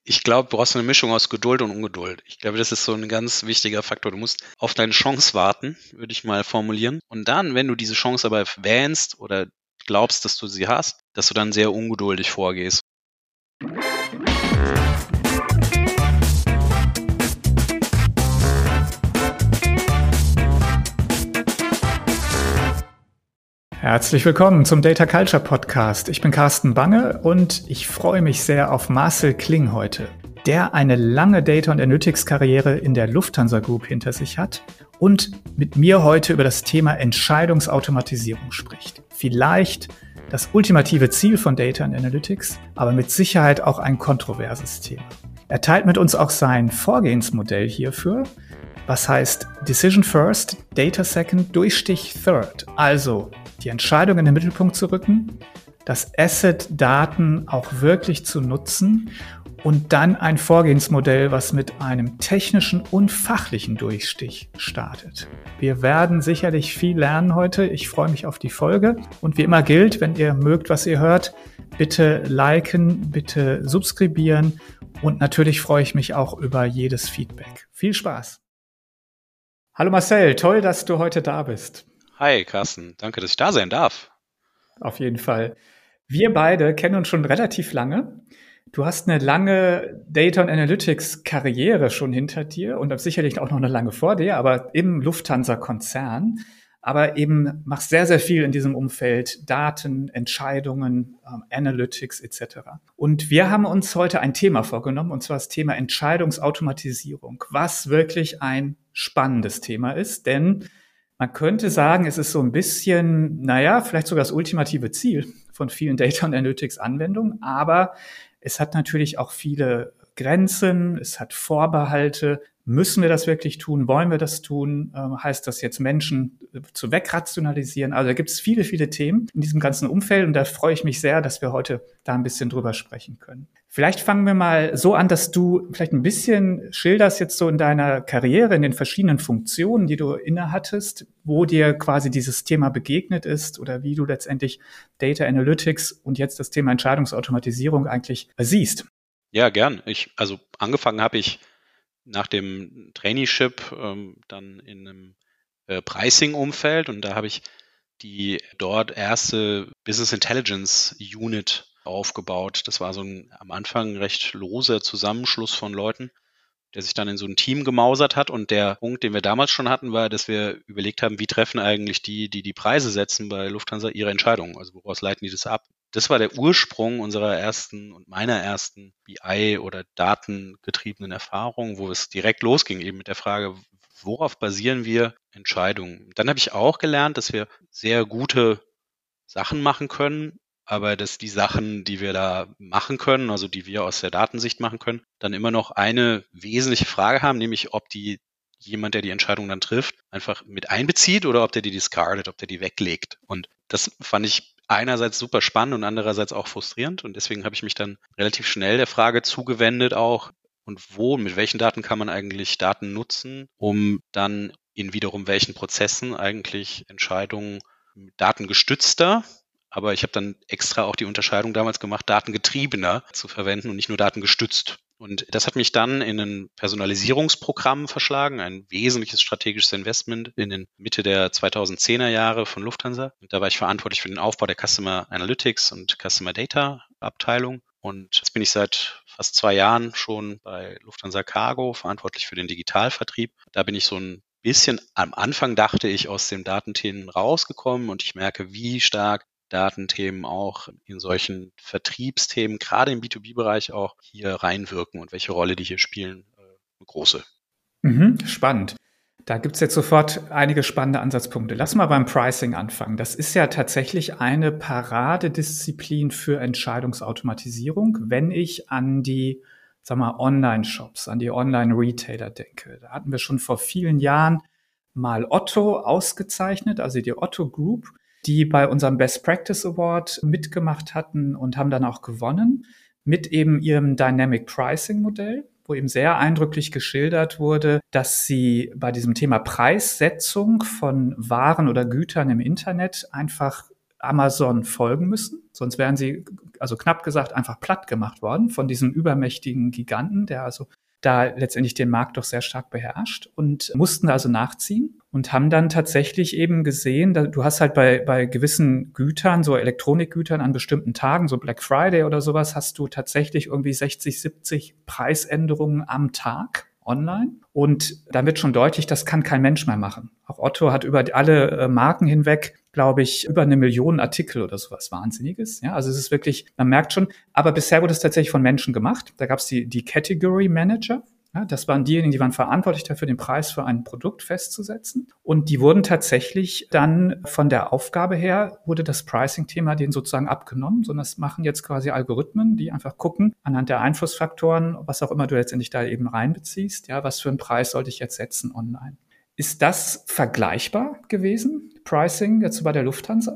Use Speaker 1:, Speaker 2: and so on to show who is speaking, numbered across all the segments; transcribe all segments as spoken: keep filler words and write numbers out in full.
Speaker 1: Ich glaube, du brauchst eine Mischung aus Geduld und Ungeduld. Ich glaube, das ist so ein ganz wichtiger Faktor. Du musst auf deine Chance warten, würde ich mal formulieren. Und dann, wenn du diese Chance aber wähnst oder glaubst, dass du sie hast, dass du dann sehr ungeduldig vorgehst.
Speaker 2: Herzlich willkommen zum Data Culture Podcast. Ich bin Carsten Bange und ich freue mich sehr auf Marcel Kling heute, der eine lange Data- und Analytics-Karriere in der Lufthansa Group hinter sich hat und mit mir heute über das Thema Entscheidungsautomatisierung spricht. Vielleicht das ultimative Ziel von Data und Analytics, aber mit Sicherheit auch ein kontroverses Thema. Er teilt mit uns auch sein Vorgehensmodell hierfür, was heißt Decision First, Data Second, Durchstich Third. Also die Entscheidung in den Mittelpunkt zu rücken, das Asset Daten auch wirklich zu nutzen und dann ein Vorgehensmodell, was mit einem technischen und fachlichen Durchstich startet. Wir werden sicherlich viel lernen heute. Ich freue mich auf die Folge. Und wie immer gilt, wenn ihr mögt, was ihr hört, bitte liken, bitte subskribieren und natürlich freue ich mich auch über jedes Feedback. Viel Spaß! Hallo Marcel, toll, dass du heute da bist.
Speaker 1: Hi Carsten, danke, dass ich da sein darf.
Speaker 2: Auf jeden Fall. Wir beide kennen uns schon relativ lange. Du hast eine lange Data- und Analytics-Karriere schon hinter dir und sicherlich auch noch eine lange vor dir, aber im Lufthansa-Konzern. Aber eben machst sehr, sehr viel in diesem Umfeld, Daten, Entscheidungen, ähm, Analytics et cetera. Und wir haben uns heute ein Thema vorgenommen, und zwar das Thema Entscheidungsautomatisierung, was wirklich ein spannendes Thema ist, denn man könnte sagen, es ist so ein bisschen, naja, vielleicht sogar das ultimative Ziel von vielen Data- und Analytics-Anwendungen, aber es hat natürlich auch viele Grenzen, es hat Vorbehalte. Müssen wir das wirklich tun? Wollen wir das tun? Ähm, heißt das jetzt, Menschen zu wegrationalisieren? Also da gibt es viele, viele Themen in diesem ganzen Umfeld und da freue ich mich sehr, dass wir heute da ein bisschen drüber sprechen können. Vielleicht fangen wir mal so an, dass du vielleicht ein bisschen schilderst jetzt so in deiner Karriere, in den verschiedenen Funktionen, die du innehattest, wo dir quasi dieses Thema begegnet ist oder wie du letztendlich Data Analytics und jetzt das Thema Entscheidungsautomatisierung eigentlich siehst.
Speaker 1: Ja, gern. Ich, also angefangen habe ich nach dem Traineeship ähm, dann in einem äh, Pricing-Umfeld und da habe ich die dort erste Business Intelligence Unit aufgebaut. Das war so ein am Anfang recht loser Zusammenschluss von Leuten, der sich dann in so ein Team gemausert hat. Und der Punkt, den wir damals schon hatten, war, dass wir überlegt haben, wie treffen eigentlich die, die die Preise setzen bei Lufthansa, ihre Entscheidungen? Also woraus leiten die das ab? Das war der Ursprung unserer ersten und meiner ersten B I- oder datengetriebenen Erfahrung, wo es direkt losging, eben mit der Frage, worauf basieren wir Entscheidungen? Dann habe ich auch gelernt, dass wir sehr gute Sachen machen können, aber dass die Sachen, die wir da machen können, also die wir aus der Datensicht machen können, dann immer noch eine wesentliche Frage haben, nämlich ob die jemand, der die Entscheidung dann trifft, einfach mit einbezieht oder ob der die discardet, ob der die weglegt. Und das fand ich einerseits super spannend und andererseits auch frustrierend. Und deswegen habe ich mich dann relativ schnell der Frage zugewendet auch, und wo, mit welchen Daten kann man eigentlich Daten nutzen, um dann in wiederum welchen Prozessen eigentlich Entscheidungen datengestützter, aber ich habe dann extra auch die Unterscheidung damals gemacht, datengetriebener zu verwenden und nicht nur datengestützt. Und das hat mich dann in ein Personalisierungsprogramm verschlagen, ein wesentliches strategisches Investment in den Mitte der zweitausendzehner Jahre von Lufthansa. Und da war ich verantwortlich für den Aufbau der Customer Analytics und Customer Data Abteilung. Und jetzt bin ich seit fast zwei Jahren schon bei Lufthansa Cargo verantwortlich für den Digitalvertrieb. Da bin ich so ein bisschen am Anfang, dachte ich, aus den Datenthemen rausgekommen und ich merke, wie stark Datenthemen auch in solchen Vertriebsthemen, gerade im B zwei B-Bereich auch hier reinwirken und welche Rolle die hier spielen, eine große.
Speaker 2: Mhm, spannend. Da gibt es jetzt sofort einige spannende Ansatzpunkte. Lass mal beim Pricing anfangen. Das ist ja tatsächlich eine Paradedisziplin für Entscheidungsautomatisierung, wenn ich an die, sag mal, Online-Shops, an die Online-Retailer denke. Da hatten wir schon vor vielen Jahren mal Otto ausgezeichnet, also die Otto Group, die bei unserem Best Practice Award mitgemacht hatten und haben dann auch gewonnen mit eben ihrem Dynamic Pricing Modell, wo eben sehr eindrücklich geschildert wurde, dass sie bei diesem Thema Preissetzung von Waren oder Gütern im Internet einfach Amazon folgen müssen. Sonst wären sie, also knapp gesagt, einfach platt gemacht worden von diesem übermächtigen Giganten, der also da letztendlich den Markt doch sehr stark beherrscht, und mussten also nachziehen und haben dann tatsächlich eben gesehen, da, du hast halt bei, bei gewissen Gütern, so Elektronikgütern an bestimmten Tagen, so Black Friday oder sowas, hast du tatsächlich irgendwie sechzig, siebzig Preisänderungen am Tag online. Und da wird schon deutlich, das kann kein Mensch mehr machen. Auch Otto hat über alle äh, Marken hinweg, glaube ich, über eine Million Artikel oder sowas Wahnsinniges. Ja, also es ist wirklich, man merkt schon, aber bisher wurde es tatsächlich von Menschen gemacht. Da gab es die, die Category Manager. Ja, das waren diejenigen, die waren verantwortlich dafür, den Preis für ein Produkt festzusetzen. Und die wurden tatsächlich dann von der Aufgabe her, wurde das Pricing-Thema denen sozusagen abgenommen, sondern das machen jetzt quasi Algorithmen, die einfach gucken, anhand der Einflussfaktoren, was auch immer du letztendlich da eben reinbeziehst, ja, was für einen Preis sollte ich jetzt setzen online. Ist das vergleichbar gewesen, Pricing jetzt bei der Lufthansa?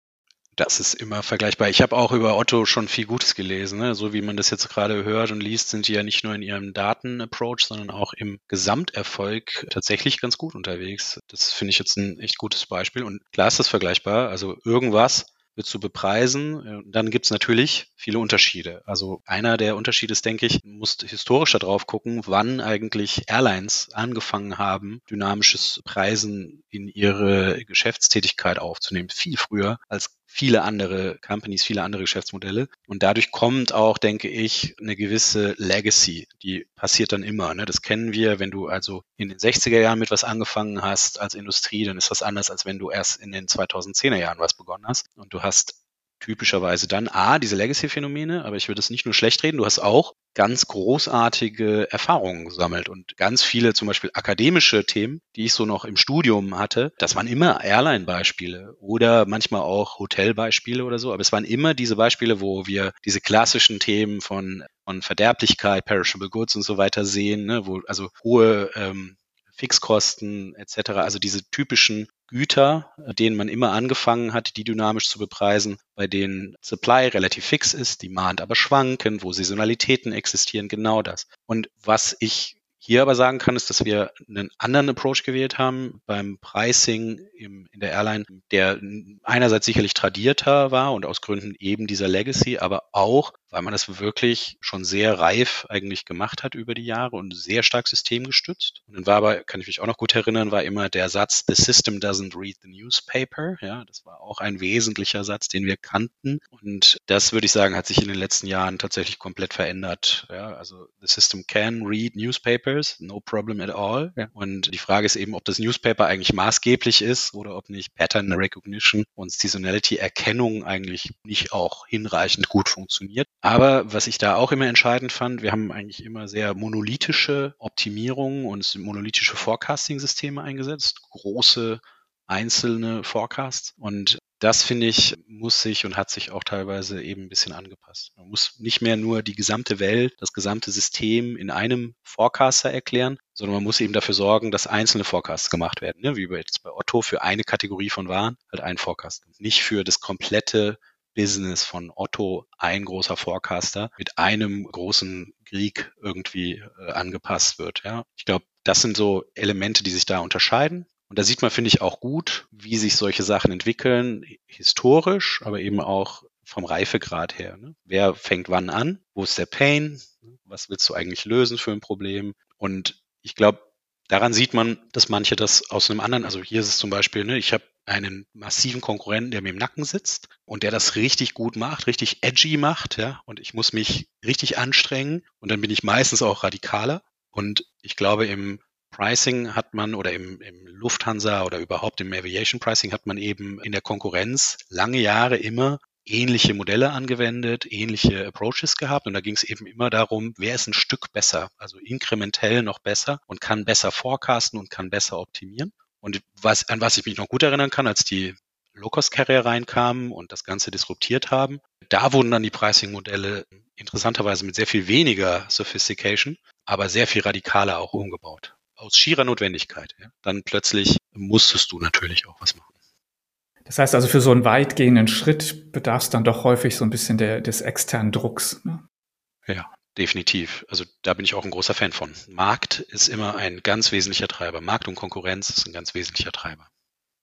Speaker 1: Das ist immer vergleichbar. Ich habe auch über Otto schon viel Gutes gelesen. Ne? So wie man das jetzt gerade hört und liest, sind die ja nicht nur in ihrem Daten-Approach, sondern auch im Gesamterfolg tatsächlich ganz gut unterwegs. Das finde ich jetzt ein echt gutes Beispiel. Und klar ist das vergleichbar. Also irgendwas wird zu bepreisen. Dann gibt es natürlich viele Unterschiede. Also einer der Unterschiede ist, denke ich, muss historisch darauf gucken, wann eigentlich Airlines angefangen haben, dynamisches Preisen in ihre Geschäftstätigkeit aufzunehmen. Viel früher als viele andere Companies, viele andere Geschäftsmodelle. Und dadurch kommt auch, denke ich, eine gewisse Legacy. Die passiert dann immer. Ne? Das kennen wir. Wenn du also in den sechziger Jahren mit was angefangen hast als Industrie, dann ist das anders, als wenn du erst in den zweitausendzehner Jahren was begonnen hast. Und du hast typischerweise dann A, diese Legacy-Phänomene, aber ich würde es nicht nur schlecht reden, du hast auch ganz großartige Erfahrungen gesammelt und ganz viele zum Beispiel akademische Themen, die ich so noch im Studium hatte, das waren immer Airline-Beispiele oder manchmal auch Hotelbeispiele oder so, aber es waren immer diese Beispiele, wo wir diese klassischen Themen von, von Verderblichkeit, Perishable Goods und so weiter sehen, ne, wo also hohe ähm, Fixkosten et cetera, also diese typischen Güter, denen man immer angefangen hat, die dynamisch zu bepreisen, bei denen Supply relativ fix ist, Demand aber schwanken, wo Saisonalitäten existieren, genau das. Und was ich hier aber sagen kann, ist, dass wir einen anderen Approach gewählt haben beim Pricing im, in der Airline, der einerseits sicherlich tradierter war und aus Gründen eben dieser Legacy, aber auch, weil man das wirklich schon sehr reif eigentlich gemacht hat über die Jahre und sehr stark systemgestützt. Und dann war aber, kann ich mich auch noch gut erinnern, war immer der Satz, the system doesn't read the newspaper. Ja, das war auch ein wesentlicher Satz, den wir kannten. Und das, würde ich sagen, hat sich in den letzten Jahren tatsächlich komplett verändert. Ja, also the system can read newspapers, no problem at all. Ja. Und die Frage ist eben, ob das Newspaper eigentlich maßgeblich ist oder ob nicht Pattern Recognition und Seasonality Erkennung eigentlich nicht auch hinreichend gut funktioniert. Aber was ich da auch immer entscheidend fand, wir haben eigentlich immer sehr monolithische Optimierungen und monolithische Forecasting-Systeme eingesetzt, große einzelne Forecasts. Und das, finde ich, muss sich und hat sich auch teilweise eben ein bisschen angepasst. Man muss nicht mehr nur die gesamte Welt, das gesamte System in einem Forecaster erklären, sondern man muss eben dafür sorgen, dass einzelne Forecasts gemacht werden. Ne? Wie jetzt bei Otto für eine Kategorie von Waren halt ein Forecast. Nicht für das komplette Business von Otto ein großer Forecaster mit einem großen Krieg irgendwie äh, angepasst wird. Ja, ich glaube, das sind so Elemente, die sich da unterscheiden. Und da sieht man, finde ich, auch gut, wie sich solche Sachen entwickeln, historisch, aber eben auch vom Reifegrad her. Ne? Wer fängt wann an? Wo ist der Pain? Was willst du eigentlich lösen für ein Problem? Und ich glaube, daran sieht man, dass manche das aus einem anderen, also hier ist es zum Beispiel, ne, ich habe einen massiven Konkurrenten, der mir im Nacken sitzt und der das richtig gut macht, richtig edgy macht, ja, und ich muss mich richtig anstrengen und dann bin ich meistens auch radikaler. Und ich glaube, im Pricing hat man oder im, im Lufthansa oder überhaupt im Aviation Pricing hat man eben in der Konkurrenz lange Jahre immer ähnliche Modelle angewendet, ähnliche Approaches gehabt und da ging es eben immer darum, wer ist ein Stück besser, also inkrementell noch besser und kann besser forecasten und kann besser optimieren. Und was, an was ich mich noch gut erinnern kann, als die Low-Cost-Carrier reinkamen und das Ganze disruptiert haben, da wurden dann die Pricing-Modelle interessanterweise mit sehr viel weniger Sophistication, aber sehr viel radikaler auch umgebaut. Aus schierer Notwendigkeit. Ja. Dann plötzlich musstest du natürlich auch was machen.
Speaker 2: Das heißt also, für so einen weitgehenden Schritt bedarf es dann doch häufig so ein bisschen der, des externen Drucks. Ne?
Speaker 1: Ja, definitiv. Also da bin ich auch ein großer Fan von. Markt ist immer ein ganz wesentlicher Treiber. Markt und Konkurrenz ist ein ganz wesentlicher Treiber.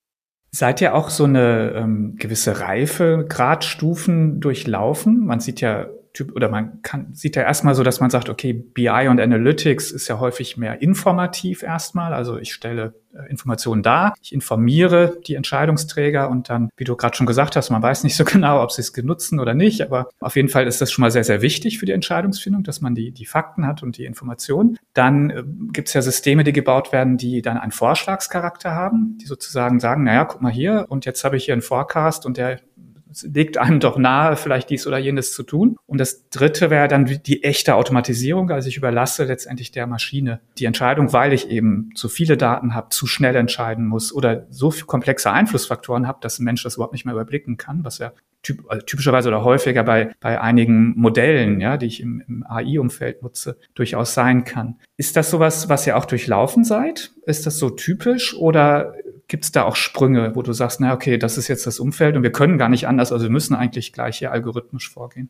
Speaker 2: Seid ihr auch so eine ähm, gewisse Reife, Gradstufen durchlaufen? Man sieht ja Typ oder man kann sieht ja erstmal so, dass man sagt, okay, B I und Analytics ist ja häufig mehr informativ erstmal. Also ich stelle äh, Informationen dar, ich informiere die Entscheidungsträger und dann, wie du gerade schon gesagt hast, man weiß nicht so genau, ob sie es genutzen oder nicht, aber auf jeden Fall ist das schon mal sehr, sehr wichtig für die Entscheidungsfindung, dass man die, die Fakten hat und die Informationen. Dann äh, gibt es ja Systeme, die gebaut werden, die dann einen Vorschlagscharakter haben, die sozusagen sagen, naja, guck mal hier und jetzt habe ich hier einen Forecast und der legt einem doch nahe, vielleicht dies oder jenes zu tun. Und das dritte wäre dann die echte Automatisierung. Also ich überlasse letztendlich der Maschine die Entscheidung, weil ich eben zu viele Daten habe, zu schnell entscheiden muss oder so viel komplexe Einflussfaktoren habe, dass ein Mensch das überhaupt nicht mehr überblicken kann, was ja typ, also typischerweise oder häufiger bei, bei einigen Modellen, ja, die ich im, im A I-Umfeld nutze, durchaus sein kann. Ist das sowas, was ihr auch durchlaufen seid? Ist das so typisch oder gibt es da auch Sprünge, wo du sagst, na okay, das ist jetzt das Umfeld und wir können gar nicht anders, also wir müssen eigentlich gleich hier algorithmisch vorgehen?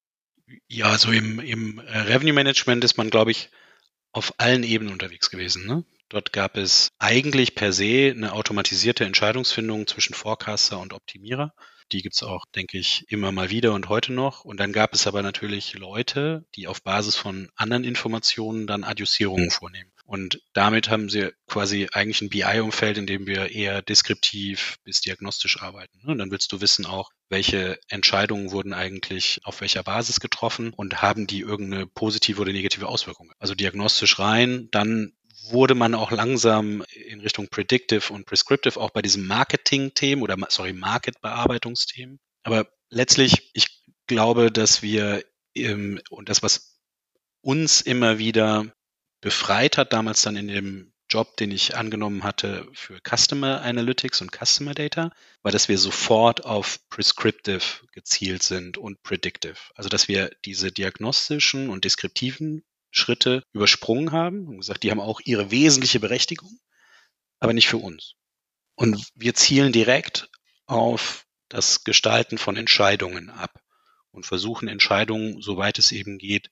Speaker 1: Ja, also im, im Revenue Management ist man, glaube ich, auf allen Ebenen unterwegs gewesen. Ne? Dort gab es eigentlich per se eine automatisierte Entscheidungsfindung zwischen Forecaster und Optimierer. Die gibt es auch, denke ich, immer mal wieder und heute noch. Und dann gab es aber natürlich Leute, die auf Basis von anderen Informationen dann Adjussierungen vornehmen. Und damit haben sie quasi eigentlich ein B I-Umfeld, in dem wir eher deskriptiv bis diagnostisch arbeiten. Und dann willst du wissen auch, welche Entscheidungen wurden eigentlich auf welcher Basis getroffen und haben die irgendeine positive oder negative Auswirkung. Also diagnostisch rein, dann wurde man auch langsam in Richtung Predictive und Prescriptive, auch bei diesem Marketing-Themen oder, sorry, Market-Bearbeitungsthemen. Aber letztlich, ich glaube, dass wir, ähm, und das, was uns immer wieder befreit hat, damals dann in dem Job, den ich angenommen hatte für Customer Analytics und Customer Data, war, dass wir sofort auf Prescriptive gezielt sind und Predictive. Also, dass wir diese diagnostischen und deskriptiven Schritte übersprungen haben und gesagt, die haben auch ihre wesentliche Berechtigung, aber nicht für uns. Und wir zielen direkt auf das Gestalten von Entscheidungen ab und versuchen Entscheidungen, soweit es eben geht,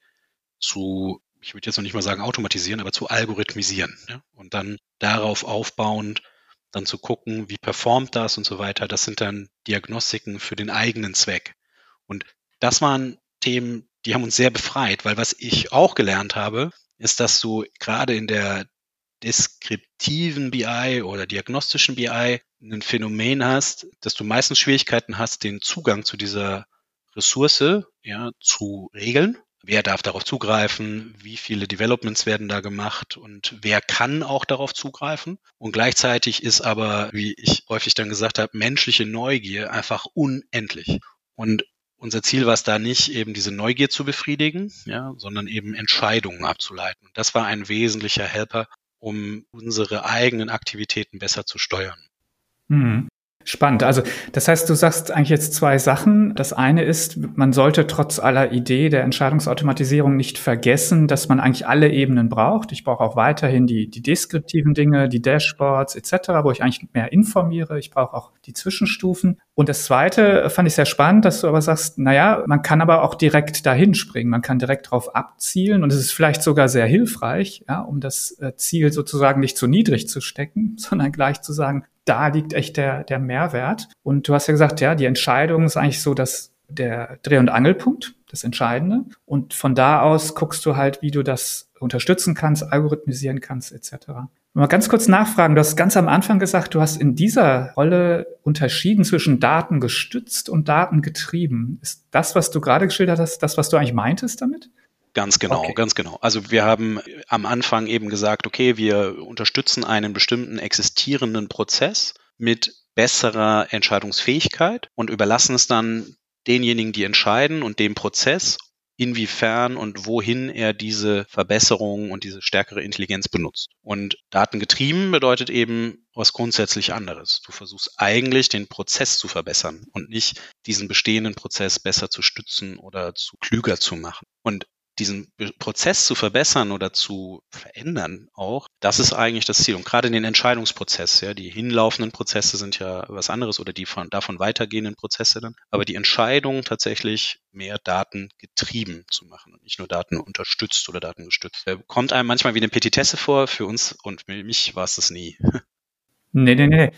Speaker 1: zu, ich würde jetzt noch nicht mal sagen automatisieren, aber zu algorithmisieren. Ja? Und dann darauf aufbauend, dann zu gucken, wie performt das und so weiter. Das sind dann Diagnostiken für den eigenen Zweck. Und das waren Themen, die haben uns sehr befreit, weil was ich auch gelernt habe, ist, dass du gerade in der deskriptiven B I oder diagnostischen B I ein Phänomen hast, dass du meistens Schwierigkeiten hast, den Zugang zu dieser Ressource ja, zu regeln. Wer darf darauf zugreifen? Wie viele Developments werden da gemacht? Und wer kann auch darauf zugreifen? Und gleichzeitig ist aber, wie ich häufig dann gesagt habe, menschliche Neugier einfach unendlich. Und unser Ziel war es da nicht, eben diese Neugier zu befriedigen, ja, sondern eben Entscheidungen abzuleiten. Und das war ein wesentlicher Helper, um unsere eigenen Aktivitäten besser zu steuern.
Speaker 2: Mhm. Spannend. Also das heißt, du sagst eigentlich jetzt zwei Sachen. Das eine ist, man sollte trotz aller Idee der Entscheidungsautomatisierung nicht vergessen, dass man eigentlich alle Ebenen braucht. Ich brauche auch weiterhin die, die deskriptiven Dinge, die Dashboards et cetera, wo ich eigentlich mehr informiere. Ich brauche auch die Zwischenstufen. Und das Zweite fand ich sehr spannend, dass du aber sagst, naja, man kann aber auch direkt dahin springen. Man kann direkt drauf abzielen und es ist vielleicht sogar sehr hilfreich, ja, um das Ziel sozusagen nicht zu niedrig zu stecken, sondern gleich zu sagen, da liegt echt der, der Mehrwert. Und du hast ja gesagt, ja, die Entscheidung ist eigentlich so, dass der Dreh- und Angelpunkt, das Entscheidende. Und von da aus guckst du halt, wie du das unterstützen kannst, algorithmisieren kannst, et cetera. Mal ganz kurz nachfragen, du hast ganz am Anfang gesagt, du hast in dieser Rolle unterschieden zwischen Daten gestützt und Daten getrieben. Ist das, was du gerade geschildert hast, das, was du eigentlich meintest damit?
Speaker 1: Ganz genau, okay. ganz genau. Also wir haben am Anfang eben gesagt, okay, wir unterstützen einen bestimmten existierenden Prozess mit besserer Entscheidungsfähigkeit und überlassen es dann denjenigen, die entscheiden und dem Prozess, inwiefern und wohin er diese Verbesserung und diese stärkere Intelligenz benutzt. Und datengetrieben bedeutet eben was grundsätzlich anderes. Du versuchst eigentlich den Prozess zu verbessern und nicht diesen bestehenden Prozess besser zu stützen oder zu klüger zu machen. Und diesen Prozess zu verbessern oder zu verändern auch, das ist eigentlich das Ziel. Und gerade in den Entscheidungsprozess, ja, die hinlaufenden Prozesse sind ja was anderes oder die von, davon weitergehenden Prozesse dann. Aber die Entscheidung tatsächlich mehr datengetrieben zu machen und nicht nur Daten unterstützt oder datengestützt. Kommt einem manchmal wie eine Petitesse vor, für uns und für mich war es das nie.
Speaker 2: Nee, nee, nee.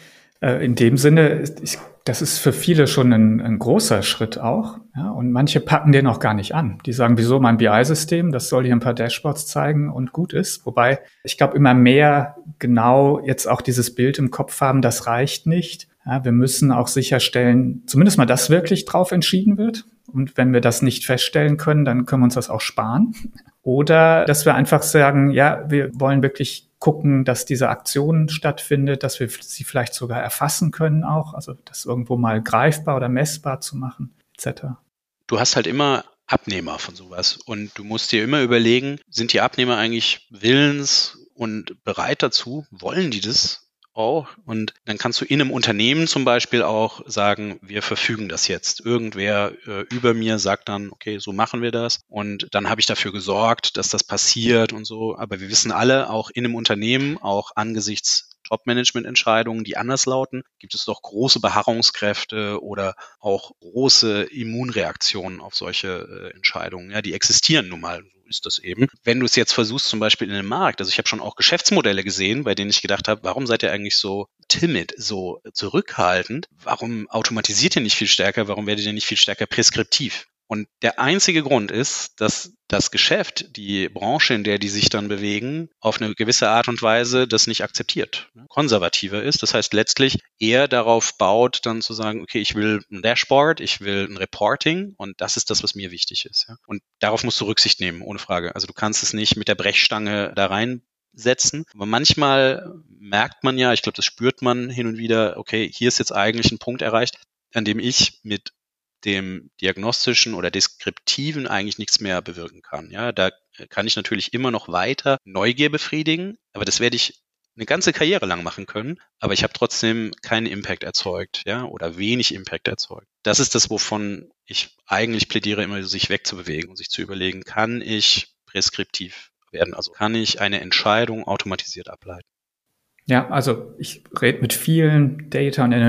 Speaker 2: Äh, in dem Sinne, ist, ich, das ist für viele schon ein, ein großer Schritt auch. Ja, und manche packen den auch gar nicht an. Die sagen, wieso mein B I-System, das soll hier ein paar Dashboards zeigen und gut ist. Wobei, ich glaube, immer mehr genau jetzt auch dieses Bild im Kopf haben, das reicht nicht. Ja, wir müssen auch sicherstellen, zumindest mal, dass wirklich drauf entschieden wird. Und wenn wir das nicht feststellen können, dann können wir uns das auch sparen. Oder dass wir einfach sagen, ja, wir wollen wirklich gucken, dass diese Aktion stattfindet, dass wir sie vielleicht sogar erfassen können auch, also das irgendwo mal greifbar oder messbar zu machen, et cetera.
Speaker 1: Du hast halt immer Abnehmer von sowas und du musst dir immer überlegen, sind die Abnehmer eigentlich willens und bereit dazu? Wollen die das auch? Und dann kannst du in einem Unternehmen zum Beispiel auch sagen, wir verfügen das jetzt. Irgendwer äh, über mir sagt dann, okay, so machen wir das. Und dann habe ich dafür gesorgt, dass das passiert und so. Aber wir wissen alle, auch in einem Unternehmen, auch angesichts Top-Management-Entscheidungen, die anders lauten, gibt es doch große Beharrungskräfte oder auch große Immunreaktionen auf solche äh, Entscheidungen. Ja, die existieren nun mal. So ist das eben. Wenn du es jetzt versuchst, zum Beispiel in einem Markt, also ich habe schon auch Geschäftsmodelle gesehen, bei denen ich gedacht habe, warum seid ihr eigentlich so timid, so zurückhaltend? Warum automatisiert ihr nicht viel stärker? Warum werdet ihr nicht viel stärker preskriptiv? Und der einzige Grund ist, dass das Geschäft, die Branche, in der die sich dann bewegen, auf eine gewisse Art und Weise das nicht akzeptiert, konservativer ist. Das heißt letztlich eher darauf baut, dann zu sagen, okay, ich will ein Dashboard, ich will ein Reporting und das ist das, was mir wichtig ist. Und darauf musst du Rücksicht nehmen, ohne Frage. Also du kannst es nicht mit der Brechstange da reinsetzen. Aber manchmal merkt man ja, ich glaube, das spürt man hin und wieder, okay, hier ist jetzt eigentlich ein Punkt erreicht, an dem ich mit dem diagnostischen oder deskriptiven eigentlich nichts mehr bewirken kann. Ja, da kann ich natürlich immer noch weiter Neugier befriedigen, aber das werde ich eine ganze Karriere lang machen können, aber ich habe trotzdem keinen Impact erzeugt, ja, oder wenig Impact erzeugt. Das ist das, wovon ich eigentlich plädiere, immer sich wegzubewegen und sich zu überlegen, kann ich preskriptiv werden? Also kann ich eine Entscheidung automatisiert ableiten?
Speaker 2: Ja, also ich rede mit vielen Data- und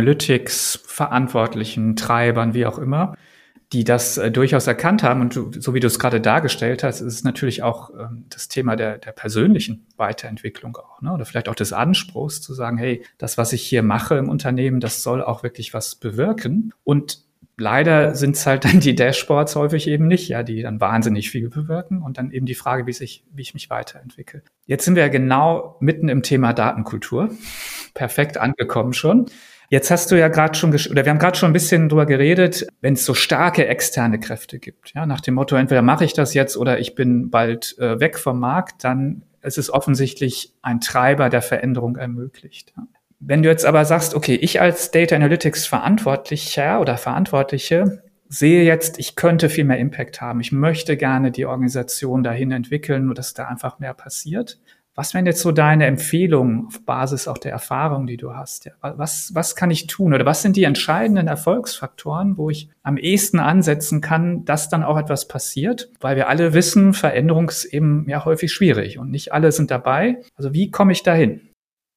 Speaker 2: Analytics-Verantwortlichen, Treibern, wie auch immer, die das äh, durchaus erkannt haben. Und du, so wie du es gerade dargestellt hast, ist es natürlich auch ähm, das Thema der, der persönlichen Weiterentwicklung auch, ne? Oder vielleicht auch des Anspruchs zu sagen, hey, das, was ich hier mache im Unternehmen, das soll auch wirklich was bewirken. Und leider sind es halt dann die Dashboards häufig eben nicht, ja, die dann wahnsinnig viel bewirken und dann eben die Frage, wie sich, wie ich mich weiterentwickle. Jetzt sind wir ja genau mitten im Thema Datenkultur. Perfekt angekommen schon. Jetzt hast du ja gerade schon, gesch- oder wir haben gerade schon ein bisschen drüber geredet, wenn es so starke externe Kräfte gibt, ja, nach dem Motto, entweder mache ich das jetzt oder ich bin bald äh, weg vom Markt, dann ist es offensichtlich ein Treiber, der Veränderung ermöglicht. Ja. Wenn du jetzt aber sagst, okay, ich als Data Analytics Verantwortlicher oder Verantwortliche sehe jetzt, ich könnte viel mehr Impact haben. Ich möchte gerne die Organisation dahin entwickeln, nur dass da einfach mehr passiert. Was wären jetzt so deine Empfehlungen auf Basis auch der Erfahrung, die du hast? Was, was kann ich tun oder was sind die entscheidenden Erfolgsfaktoren, wo ich am ehesten ansetzen kann, dass dann auch etwas passiert? Weil wir alle wissen, Veränderung ist eben ja häufig schwierig und nicht alle sind dabei. Also wie komme ich dahin?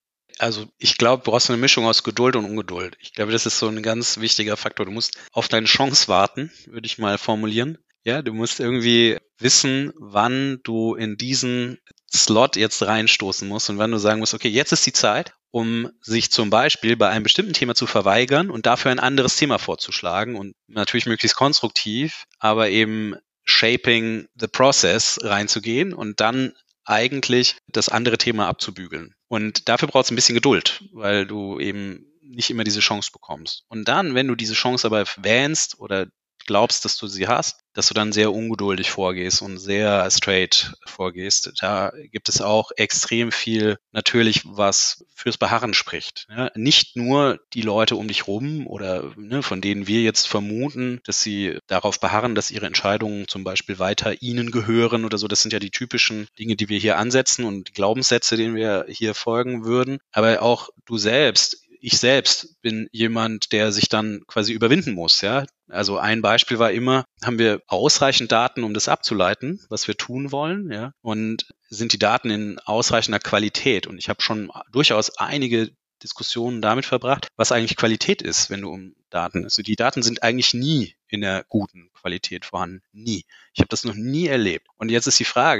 Speaker 1: Also ich glaube, du brauchst eine Mischung aus Geduld und Ungeduld. Ich glaube, das ist so ein ganz wichtiger Faktor. Du musst auf deine Chance warten, würde ich mal formulieren. Ja, du musst irgendwie wissen, wann du in diesen Slot jetzt reinstoßen musst und wann du sagen musst, okay, jetzt ist die Zeit, um sich zum Beispiel bei einem bestimmten Thema zu verweigern und dafür ein anderes Thema vorzuschlagen und natürlich möglichst konstruktiv, aber eben shaping the process reinzugehen und dann eigentlich das andere Thema abzubügeln. Und dafür braucht es ein bisschen Geduld, weil du eben nicht immer diese Chance bekommst. Und dann, wenn du diese Chance aber wähnst oder glaubst, dass du sie hast, dass du dann sehr ungeduldig vorgehst und sehr straight vorgehst. Da gibt es auch extrem viel natürlich, was fürs Beharren spricht. Ja, nicht nur die Leute um dich rum oder ne, von denen wir jetzt vermuten, dass sie darauf beharren, dass ihre Entscheidungen zum Beispiel weiter ihnen gehören oder so. Das sind ja die typischen Dinge, die wir hier ansetzen und die Glaubenssätze, denen wir hier folgen würden. Aber auch du selbst. Ich selbst bin jemand, der sich dann quasi überwinden muss, ja. Also ein Beispiel war immer, haben wir ausreichend Daten, um das abzuleiten, was wir tun wollen, ja? Und sind die Daten in ausreichender Qualität? Und ich habe schon durchaus einige Diskussionen damit verbracht, was eigentlich Qualität ist, wenn du um Daten, also die Daten sind eigentlich nie in der guten Qualität vorhanden, nie. Ich habe das noch nie erlebt. Und jetzt ist die Frage,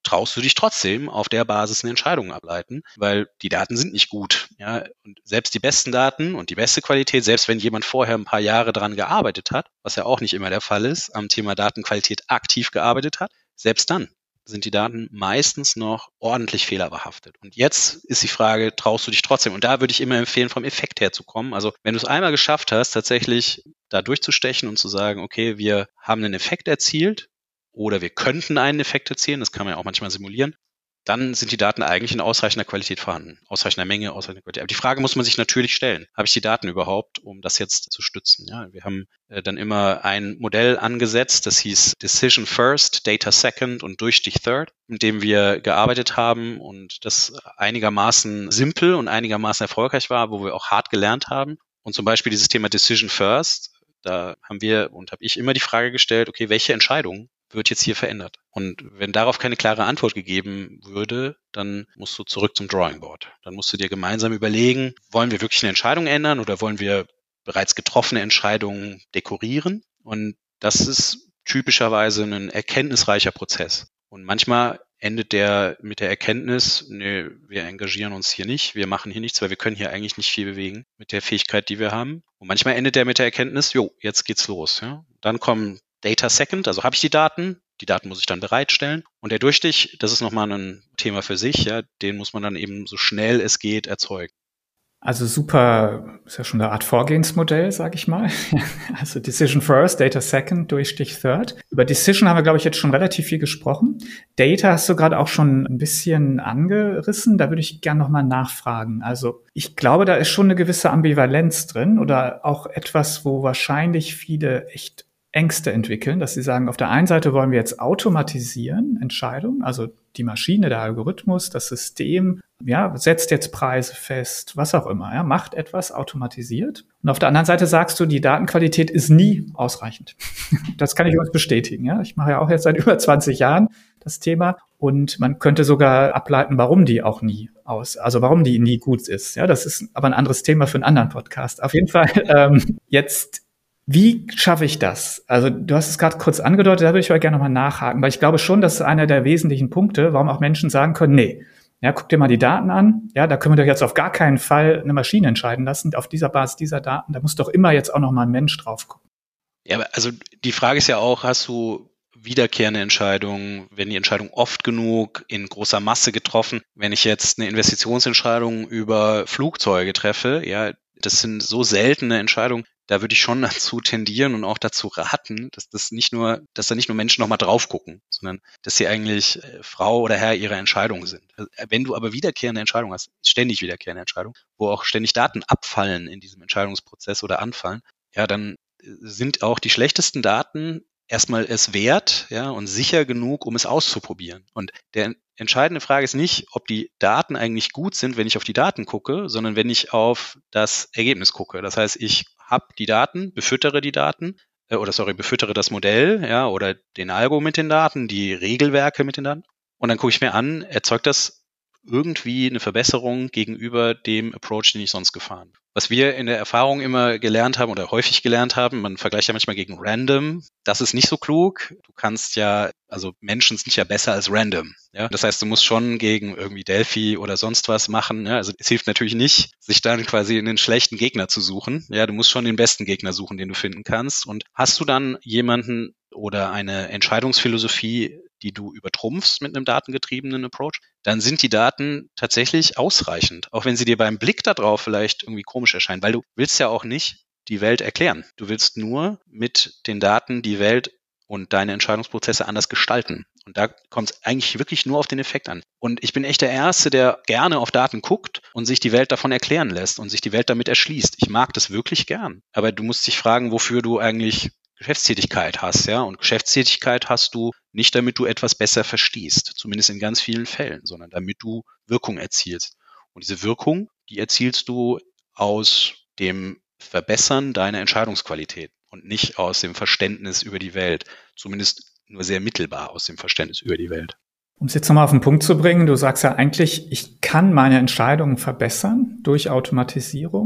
Speaker 1: traust du dich trotzdem auf der Basis eine Entscheidung ableiten, weil die Daten sind nicht gut. Ja? Und selbst die besten Daten und die beste Qualität, selbst wenn jemand vorher ein paar Jahre dran gearbeitet hat, was ja auch nicht immer der Fall ist, am Thema Datenqualität aktiv gearbeitet hat, selbst dann sind die Daten meistens noch ordentlich fehlerbehaftet. Und jetzt ist die Frage, traust du dich trotzdem? Und da würde ich immer empfehlen, vom Effekt her zu kommen. Also wenn du es einmal geschafft hast, tatsächlich da durchzustechen und zu sagen, okay, wir haben einen Effekt erzielt oder wir könnten einen Effekt erzielen, das kann man ja auch manchmal simulieren, dann sind die Daten eigentlich in ausreichender Qualität vorhanden. Ausreichender Menge, ausreichender Qualität. Aber die Frage muss man sich natürlich stellen. Habe ich die Daten überhaupt, um das jetzt zu stützen? Ja, wir haben äh, dann immer ein Modell angesetzt, das hieß Decision First, Data Second und Durchstich Third, mit dem wir gearbeitet haben und das einigermaßen simpel und einigermaßen erfolgreich war, wo wir auch hart gelernt haben. Und zum Beispiel dieses Thema Decision First, da haben wir und habe ich immer die Frage gestellt, okay, welche Entscheidungen wird jetzt hier verändert? Und wenn darauf keine klare Antwort gegeben würde, dann musst du zurück zum Drawing Board. Dann musst du dir gemeinsam überlegen, wollen wir wirklich eine Entscheidung ändern oder wollen wir bereits getroffene Entscheidungen dekorieren? Und das ist typischerweise ein erkenntnisreicher Prozess. Und manchmal endet der mit der Erkenntnis, nee, wir engagieren uns hier nicht, wir machen hier nichts, weil wir können hier eigentlich nicht viel bewegen mit der Fähigkeit, die wir haben. Und manchmal endet der mit der Erkenntnis, jo, jetzt geht's los. Ja? Dann kommen Data Second, also habe ich die Daten, die Daten muss ich dann bereitstellen. Und der Durchstich, das ist nochmal ein Thema für sich, ja, den muss man dann eben so schnell es geht erzeugen.
Speaker 2: Also super, ist ja schon eine Art Vorgehensmodell, sage ich mal. Also Decision First, Data Second, Durchstich Third. Über Decision haben wir, glaube ich, jetzt schon relativ viel gesprochen. Data hast du gerade auch schon ein bisschen angerissen. Da würde ich gerne nochmal nachfragen. Also ich glaube, da ist schon eine gewisse Ambivalenz drin oder auch etwas, wo wahrscheinlich viele echt Ängste entwickeln, dass sie sagen, auf der einen Seite wollen wir jetzt automatisieren Entscheidungen, also die Maschine, der Algorithmus, das System, ja, setzt jetzt Preise fest, was auch immer, ja, macht etwas automatisiert. Und auf der anderen Seite sagst du, die Datenqualität ist nie ausreichend. Das kann ich übrigens bestätigen, ja. Ich mache ja auch jetzt seit über zwanzig Jahren das Thema und man könnte sogar ableiten, warum die auch nie aus, also warum die nie gut ist. Ja, das ist aber ein anderes Thema für einen anderen Podcast. Auf jeden Fall ähm, jetzt wie schaffe ich das? Also du hast es gerade kurz angedeutet, da würde ich aber gerne nochmal nachhaken, weil ich glaube schon, das ist einer der wesentlichen Punkte, warum auch Menschen sagen können, nee, ja, guck dir mal die Daten an, ja, da können wir doch jetzt auf gar keinen Fall eine Maschine entscheiden lassen, auf dieser Basis dieser Daten, da muss doch immer jetzt auch nochmal ein Mensch drauf gucken.
Speaker 1: Ja, aber also die Frage ist ja auch, hast du wiederkehrende Entscheidungen, werden die Entscheidungen oft genug in großer Masse getroffen? Wenn ich jetzt eine Investitionsentscheidung über Flugzeuge treffe, ja, das sind so seltene Entscheidungen, da würde ich schon dazu tendieren und auch dazu raten, dass das nicht nur, dass da nicht nur Menschen nochmal drauf gucken, sondern dass sie eigentlich Frau oder Herr ihrer Entscheidungen sind. Wenn du aber wiederkehrende Entscheidungen hast, ständig wiederkehrende Entscheidungen, wo auch ständig Daten abfallen in diesem Entscheidungsprozess oder anfallen, ja, dann sind auch die schlechtesten Daten erstmal es wert, ja, und sicher genug, um es auszuprobieren. Und der entscheidende Frage ist nicht, ob die Daten eigentlich gut sind, wenn ich auf die Daten gucke, sondern wenn ich auf das Ergebnis gucke. Das heißt, ich habe die Daten, befüttere die Daten, äh, oder sorry, befüttere das Modell, ja, oder den Algo mit den Daten, die Regelwerke mit den Daten. Und dann gucke ich mir an, erzeugt das irgendwie eine Verbesserung gegenüber dem Approach, den ich sonst gefahren bin. Was wir in der Erfahrung immer gelernt haben oder häufig gelernt haben, man vergleicht ja manchmal gegen Random, das ist nicht so klug. Du kannst ja, also Menschen sind ja besser als Random. Ja? Das heißt, du musst schon gegen irgendwie Delphi oder sonst was machen. Ja? Also es hilft natürlich nicht, sich dann quasi einen schlechten Gegner zu suchen. Ja, du musst schon den besten Gegner suchen, den du finden kannst. Und hast du dann jemanden oder eine Entscheidungsphilosophie, die du übertrumpfst mit einem datengetriebenen Approach, dann sind die Daten tatsächlich ausreichend, auch wenn sie dir beim Blick darauf vielleicht irgendwie komisch erscheinen, weil du willst ja auch nicht die Welt erklären. Du willst nur mit den Daten die Welt und deine Entscheidungsprozesse anders gestalten. Und da kommt es eigentlich wirklich nur auf den Effekt an. Und ich bin echt der Erste, der gerne auf Daten guckt und sich die Welt davon erklären lässt und sich die Welt damit erschließt. Ich mag das wirklich gern. Aber du musst dich fragen, wofür du eigentlich Geschäftstätigkeit hast, ja. Und Geschäftstätigkeit hast du nicht, damit du etwas besser verstehst, zumindest in ganz vielen Fällen, sondern damit du Wirkung erzielst. Und diese Wirkung, die erzielst du aus dem Verbessern deiner Entscheidungsqualität und nicht aus dem Verständnis über die Welt, zumindest nur sehr mittelbar aus dem Verständnis über die Welt.
Speaker 2: Um es jetzt nochmal auf den Punkt zu bringen, du sagst ja eigentlich, ich kann meine Entscheidungen verbessern durch Automatisierung,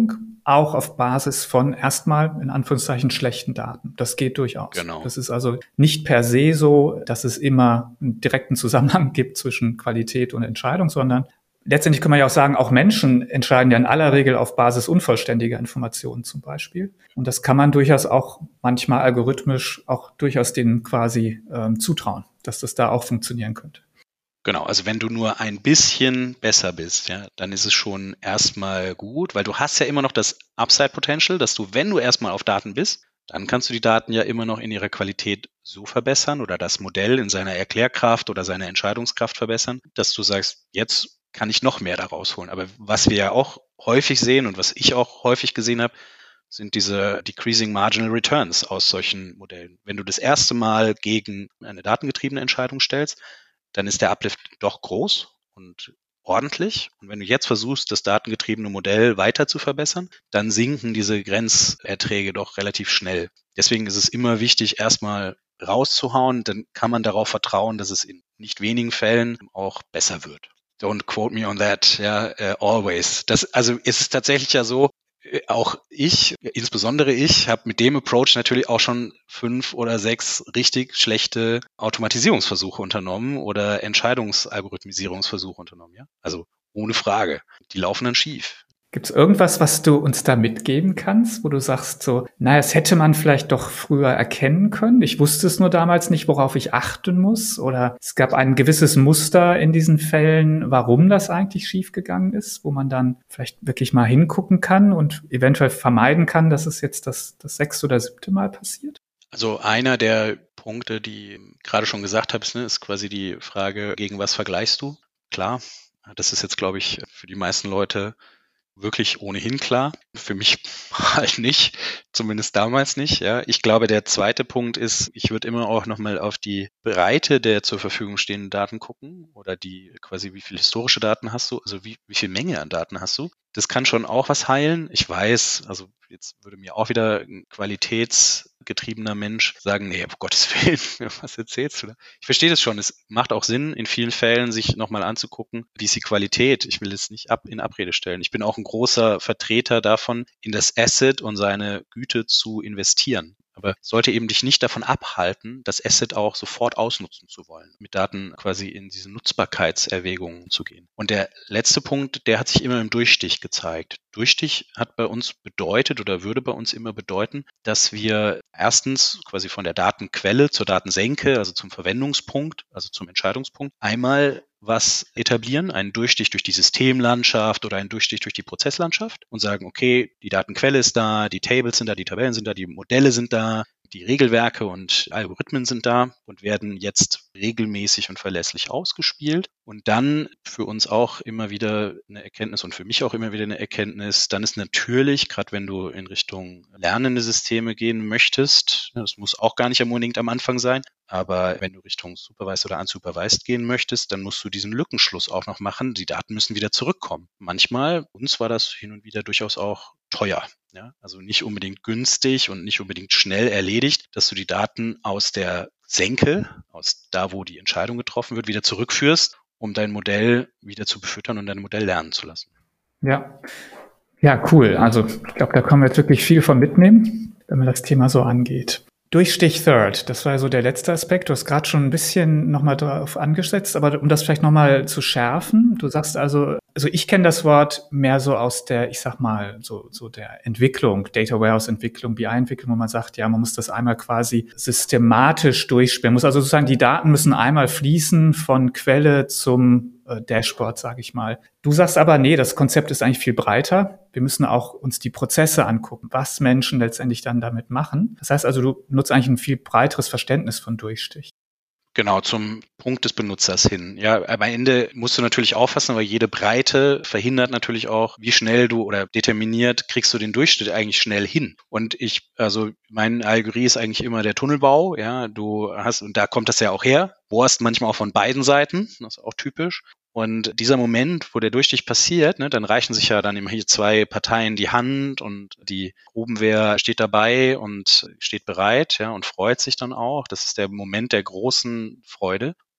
Speaker 2: auch auf Basis von erstmal in Anführungszeichen schlechten Daten. Das geht durchaus.
Speaker 1: Genau.
Speaker 2: Das ist also nicht per se so, dass es immer einen direkten Zusammenhang gibt zwischen Qualität und Entscheidung, sondern letztendlich kann man ja auch sagen, auch Menschen entscheiden ja in aller Regel auf Basis unvollständiger Informationen zum Beispiel. Und das kann man durchaus auch manchmal algorithmisch auch durchaus denen quasi ähm, zutrauen, dass das da auch funktionieren könnte.
Speaker 1: Genau, also wenn du nur ein bisschen besser bist, ja, dann ist es schon erstmal gut, weil du hast ja immer noch das Upside Potential, dass du, wenn du erstmal auf Daten bist, dann kannst du die Daten ja immer noch in ihrer Qualität so verbessern oder das Modell in seiner Erklärkraft oder seiner Entscheidungskraft verbessern, dass du sagst, jetzt kann ich noch mehr daraus holen. Aber was wir ja auch häufig sehen und was ich auch häufig gesehen habe, sind diese Decreasing Marginal Returns aus solchen Modellen. Wenn du das erste Mal gegen eine datengetriebene Entscheidung stellst, dann ist der Uplift doch groß und ordentlich. Und wenn du jetzt versuchst, das datengetriebene Modell weiter zu verbessern, dann sinken diese Grenzerträge doch relativ schnell. Deswegen ist es immer wichtig, erstmal rauszuhauen, dann kann man darauf vertrauen, dass es in nicht wenigen Fällen auch besser wird. Don't quote me on that, ja, uh, always. Das, also ist es tatsächlich ja so, auch ich, insbesondere ich, habe mit dem Approach natürlich auch schon fünf oder sechs richtig schlechte Automatisierungsversuche unternommen oder Entscheidungsalgorithmisierungsversuche unternommen. Ja? Also ohne Frage. Die laufen dann schief.
Speaker 2: Gibt es irgendwas, was du uns da mitgeben kannst, wo du sagst so, naja, das hätte man vielleicht doch früher erkennen können. Ich wusste es nur damals nicht, worauf ich achten muss. Oder es gab ein gewisses Muster in diesen Fällen, warum das eigentlich schiefgegangen ist, wo man dann vielleicht wirklich mal hingucken kann und eventuell vermeiden kann, dass es jetzt das, das sechste oder siebte Mal passiert?
Speaker 1: Also einer der Punkte, die ich gerade schon gesagt habe, ist, ne, ist quasi die Frage, gegen was vergleichst du? Klar, das ist jetzt, glaube ich, für die meisten Leute wirklich ohnehin klar. Für mich halt nicht, zumindest damals nicht. Ja, ich glaube, der zweite Punkt ist, ich würde immer auch nochmal auf die Breite der zur Verfügung stehenden Daten gucken oder die quasi, wie viel historische Daten hast du, also wie, wie viel Menge an Daten hast du. Das kann schon auch was heilen. Ich weiß, also jetzt würde mir auch wieder ein qualitätsgetriebener Mensch sagen, nee, um Gottes Willen, was erzählst du da? Ich verstehe das schon. Es macht auch Sinn, in vielen Fällen sich nochmal anzugucken, wie ist die Qualität. Ich will es nicht ab in Abrede stellen. Ich bin auch ein großer Vertreter davon, in das Asset und seine Güte zu investieren. Aber sollte eben dich nicht davon abhalten, das Asset auch sofort ausnutzen zu wollen, mit Daten quasi in diese Nutzbarkeitserwägungen zu gehen. Und der letzte Punkt, der hat sich immer im Durchstich gezeigt. Durchstich hat bei uns bedeutet oder würde bei uns immer bedeuten, dass wir erstens quasi von der Datenquelle zur Datensenke, also zum Verwendungspunkt, also zum Entscheidungspunkt, einmal was etablieren, einen Durchstich durch die Systemlandschaft oder einen Durchstich durch die Prozesslandschaft und sagen, okay, die Datenquelle ist da, die Tables sind da, die Tabellen sind da, die Modelle sind da, die Regelwerke und Algorithmen sind da und werden jetzt regelmäßig und verlässlich ausgespielt. Und dann für uns auch immer wieder eine Erkenntnis und für mich auch immer wieder eine Erkenntnis, dann ist natürlich, gerade wenn du in Richtung lernende Systeme gehen möchtest, das muss auch gar nicht unbedingt am Anfang sein, aber wenn du Richtung Supervised oder Unsupervised gehen möchtest, dann musst du diesen Lückenschluss auch noch machen. Die Daten müssen wieder zurückkommen. Manchmal, uns war das hin und wieder durchaus auch teuer. Ja, also nicht unbedingt günstig und nicht unbedingt schnell erledigt, dass du die Daten aus der Senke, aus da, wo die Entscheidung getroffen wird, wieder zurückführst, um dein Modell wieder zu befüttern und dein Modell lernen zu lassen.
Speaker 2: Ja, ja, cool. Also ich glaube, da können wir jetzt wirklich viel von mitnehmen, wenn man das Thema so angeht. Durchstich Third, das war so der letzte Aspekt. Du hast gerade schon ein bisschen nochmal drauf angesetzt, aber um das vielleicht nochmal zu schärfen, du sagst also, also ich kenne das Wort mehr so aus der, ich sag mal, so so der Entwicklung, Data Warehouse Entwicklung, B I-Entwicklung, wo man sagt, ja, man muss das einmal quasi systematisch durchspielen, muss also sozusagen die Daten müssen einmal fließen von Quelle zum äh, Dashboard, sage ich mal. Du sagst aber, nee, das Konzept ist eigentlich viel breiter. Wir müssen auch uns die Prozesse angucken, was Menschen letztendlich dann damit machen. Das heißt also, du nutzt eigentlich ein viel breiteres Verständnis von Durchstich.
Speaker 1: Genau, zum Punkt des Benutzers hin. Ja, am Ende musst du natürlich aufpassen, weil jede Breite verhindert natürlich auch, wie schnell du oder determiniert kriegst du den Durchschnitt eigentlich schnell hin. Und ich, also mein Algorithmus ist eigentlich immer der Tunnelbau. Ja, du hast, und da kommt das ja auch her, bohrst manchmal auch von beiden Seiten, das ist auch typisch. Und dieser Moment, wo der Durchstich passiert, ne, dann reichen sich ja dann immer hier zwei Parteien die Hand und die Grubenwehr steht dabei und steht bereit, ja, und freut sich dann auch. Das ist der Moment der großen Freude. Und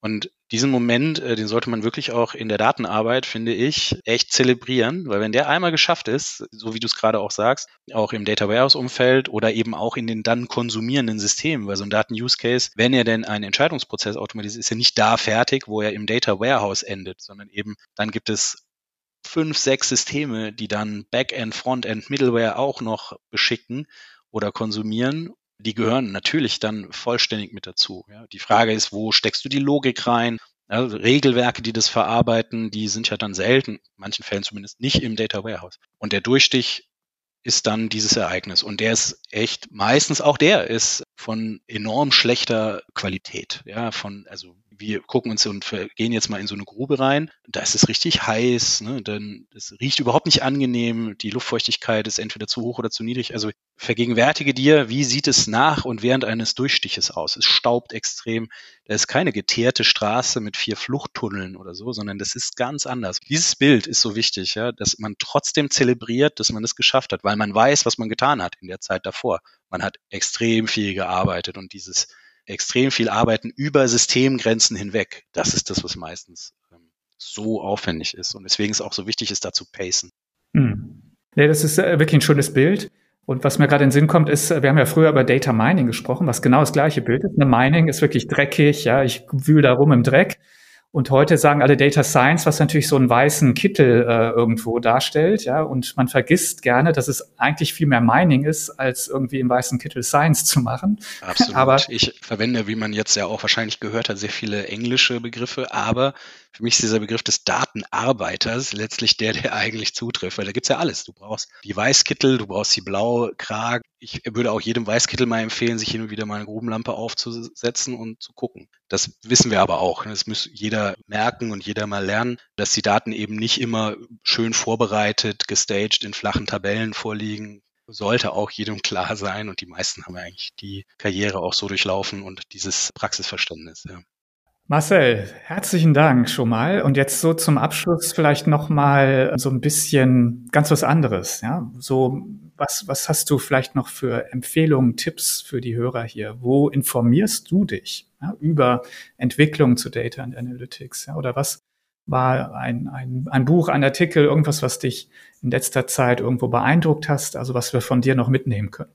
Speaker 1: diesen Moment, äh, den sollte man wirklich auch in der Datenarbeit, finde ich, echt zelebrieren, weil wenn der einmal geschafft ist, so wie du es gerade auch sagst, auch im Data Warehouse-Umfeld oder eben auch in den dann konsumierenden Systemen, weil so ein Daten-Use-Case, wenn er denn einen Entscheidungsprozess automatisiert, ist ja nicht da fertig, wo er im Data Warehouse endet, sondern eben dann gibt es fünf, sechs Systeme, die dann Backend, Frontend, Middleware auch noch beschicken oder konsumieren. Die gehören natürlich dann vollständig mit dazu. Ja. Die Frage ist, wo steckst du die Logik rein? Also Regelwerke, die das verarbeiten, die sind ja dann selten, in manchen Fällen zumindest nicht im Data Warehouse. Und der Durchstich ist dann dieses Ereignis. Und der ist echt, meistens auch der ist von enorm schlechter Qualität. Ja, von, also wir gucken uns und gehen jetzt mal in so eine Grube rein. Da ist es richtig heiß, ne? Dann, es riecht überhaupt nicht angenehm. Die Luftfeuchtigkeit ist entweder zu hoch oder zu niedrig. Also vergegenwärtige dir, wie sieht es nach und während eines Durchstiches aus? Es staubt extrem. Da ist keine geteerte Straße mit vier Fluchttunneln oder so, sondern das ist ganz anders. Dieses Bild ist so wichtig, ja, dass man trotzdem zelebriert, dass man es geschafft hat, weil man weiß, was man getan hat in der Zeit davor. Man hat extrem viel gearbeitet und dieses extrem viel Arbeiten über Systemgrenzen hinweg, das ist das, was meistens ähm, so aufwendig ist und weswegen es auch so wichtig ist, da zu pacen.
Speaker 2: Hm. Nee, das ist äh, wirklich ein schönes Bild. Und was mir gerade in den Sinn kommt, ist, wir haben ja früher über Data Mining gesprochen, was genau das gleiche Bild ist. Eine Mining ist wirklich dreckig, ja, ich wühle da rum im Dreck. Und heute sagen alle Data Science, was natürlich so einen weißen Kittel äh, irgendwo darstellt, ja, und man vergisst gerne, dass es eigentlich viel mehr Mining ist, als irgendwie im weißen Kittel Science zu machen.
Speaker 1: Absolut.
Speaker 2: Aber
Speaker 1: ich verwende, wie man jetzt ja auch wahrscheinlich gehört hat, sehr viele englische Begriffe, aber für mich ist dieser Begriff des Datenarbeiters letztlich der, der eigentlich zutrifft, weil da gibt's ja alles. Du brauchst die Weißkittel, du brauchst die Blaukragen. Ich würde auch jedem Weißkittel mal empfehlen, sich hin und wieder mal eine Grubenlampe aufzusetzen und zu gucken. Das wissen wir aber auch. Das muss jeder merken und jeder mal lernen, dass die Daten eben nicht immer schön vorbereitet, gestaged in flachen Tabellen vorliegen. Sollte auch jedem klar sein und die meisten haben eigentlich die Karriere auch so durchlaufen und dieses Praxisverständnis. Ja.
Speaker 2: Marcel, herzlichen Dank schon mal. Und jetzt so zum Abschluss vielleicht noch mal so ein bisschen ganz was anderes. Ja, so was was hast du vielleicht noch für Empfehlungen, Tipps für die Hörer hier? Wo informierst du dich ja, über Entwicklung zu Data and Analytics? Ja, oder was war ein, ein ein Buch, ein Artikel, irgendwas, was dich in letzter Zeit irgendwo beeindruckt hast? Also was wir von dir noch mitnehmen können?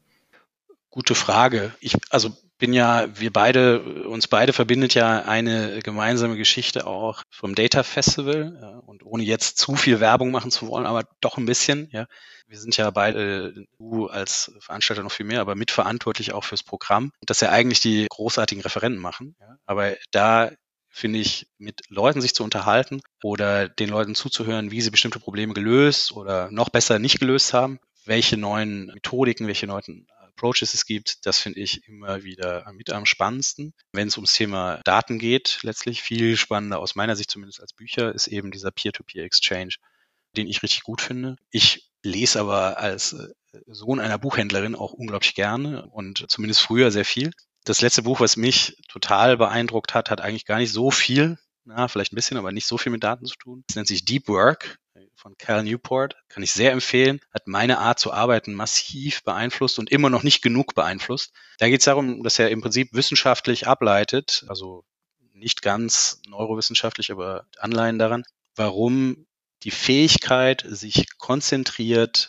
Speaker 1: Gute Frage. Ich also bin ja, wir beide, uns beide verbindet ja eine gemeinsame Geschichte auch vom Data Festival. Ja, und ohne jetzt zu viel Werbung machen zu wollen, aber doch ein bisschen. Ja, wir sind ja beide, du als Veranstalter noch viel mehr, aber mitverantwortlich auch fürs Programm, das ja eigentlich die großartigen Referenten machen. Ja, aber da finde ich, mit Leuten sich zu unterhalten oder den Leuten zuzuhören, wie sie bestimmte Probleme gelöst oder noch besser nicht gelöst haben, welche neuen Methodiken, welche neuen Approaches es gibt, das finde ich immer wieder mit am spannendsten. Wenn es ums Thema Daten geht, letztlich viel spannender aus meiner Sicht zumindest als Bücher, ist eben dieser Peer-to-Peer-Exchange, den ich richtig gut finde. Ich lese aber als Sohn einer Buchhändlerin auch unglaublich gerne und zumindest früher sehr viel. Das letzte Buch, was mich total beeindruckt hat, hat eigentlich gar nicht so viel, na, vielleicht ein bisschen, aber nicht so viel mit Daten zu tun. Es nennt sich Deep Work von Cal Newport, kann ich sehr empfehlen, hat meine Art zu arbeiten massiv beeinflusst und immer noch nicht genug beeinflusst. Da geht es darum, dass er im Prinzip wissenschaftlich ableitet, also nicht ganz neurowissenschaftlich, aber Anleihen daran, warum die Fähigkeit, sich konzentriert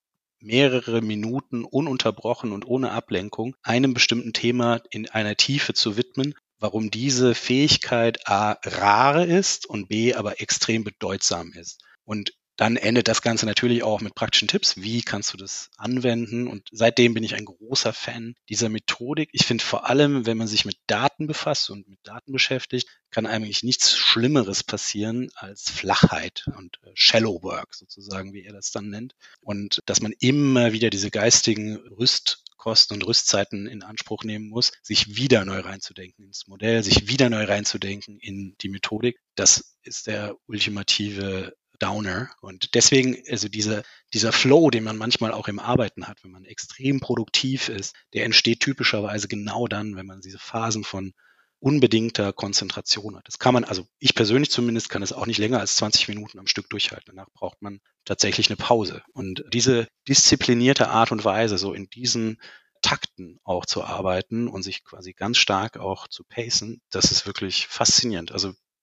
Speaker 1: mehrere Minuten ununterbrochen und ohne Ablenkung einem bestimmten Thema in einer Tiefe zu widmen, warum diese Fähigkeit A rar ist und B aber extrem bedeutsam ist. Und dann endet das Ganze natürlich auch mit praktischen Tipps. Wie kannst du das anwenden? Und seitdem bin ich ein großer Fan dieser Methodik. Ich finde vor allem, wenn man sich mit Daten befasst und mit Daten beschäftigt, kann eigentlich nichts Schlimmeres passieren als Flachheit und Shallow Work sozusagen, wie er das dann nennt. Und dass man immer wieder diese geistigen Rüstkosten und Rüstzeiten in Anspruch nehmen muss, sich wieder neu reinzudenken ins Modell, sich wieder neu reinzudenken in die Methodik. Das ist der ultimative Downer. Und deswegen, also dieser, dieser Flow, den man manchmal auch im Arbeiten hat, wenn man extrem produktiv ist, der entsteht typischerweise genau dann, wenn man diese Phasen von unbedingter Konzentration hat. Das kann man, also ich persönlich zumindest kann es auch nicht länger als zwanzig Minuten am Stück durchhalten. Danach braucht man tatsächlich eine Pause. Und diese disziplinierte Art und Weise, so in diesen Takten auch zu arbeiten und sich quasi ganz stark auch zu pacen, das ist wirklich faszinierend. Also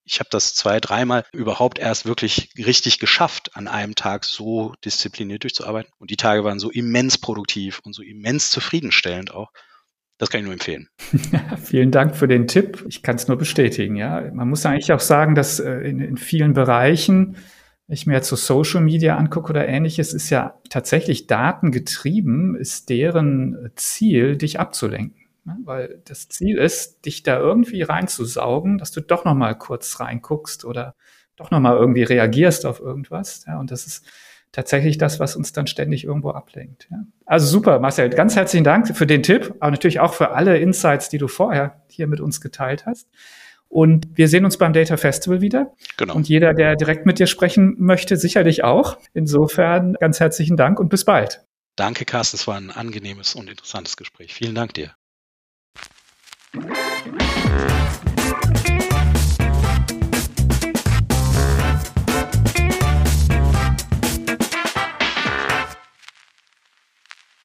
Speaker 1: ich habe das zwei, dreimal überhaupt erst wirklich richtig geschafft, an einem Tag so diszipliniert durchzuarbeiten. Und die Tage waren so immens produktiv und so immens zufriedenstellend auch. Das kann ich nur empfehlen.
Speaker 2: Vielen Dank für den Tipp. Ich kann es nur bestätigen. Ja, man muss eigentlich auch sagen, dass äh, in, in vielen Bereichen, wenn ich mir jetzt so Social Media angucke oder Ähnliches, ist ja tatsächlich datengetrieben, ist deren Ziel, dich abzulenken. Ne? Weil das Ziel ist, dich da irgendwie reinzusaugen, dass du doch noch mal kurz reinguckst oder doch noch mal irgendwie reagierst auf irgendwas. Ja, und das ist tatsächlich das, was uns dann ständig irgendwo ablenkt. Ja. Also super, Marcel, ganz herzlichen Dank für den Tipp, aber natürlich auch für alle Insights, die du vorher hier mit uns geteilt hast. Und wir sehen uns beim Data Festival wieder.
Speaker 1: Genau.
Speaker 2: Und jeder, der direkt mit dir sprechen möchte, sicherlich auch. Insofern ganz herzlichen Dank und bis bald.
Speaker 1: Danke, Carsten. Es war ein angenehmes und interessantes Gespräch. Vielen Dank dir.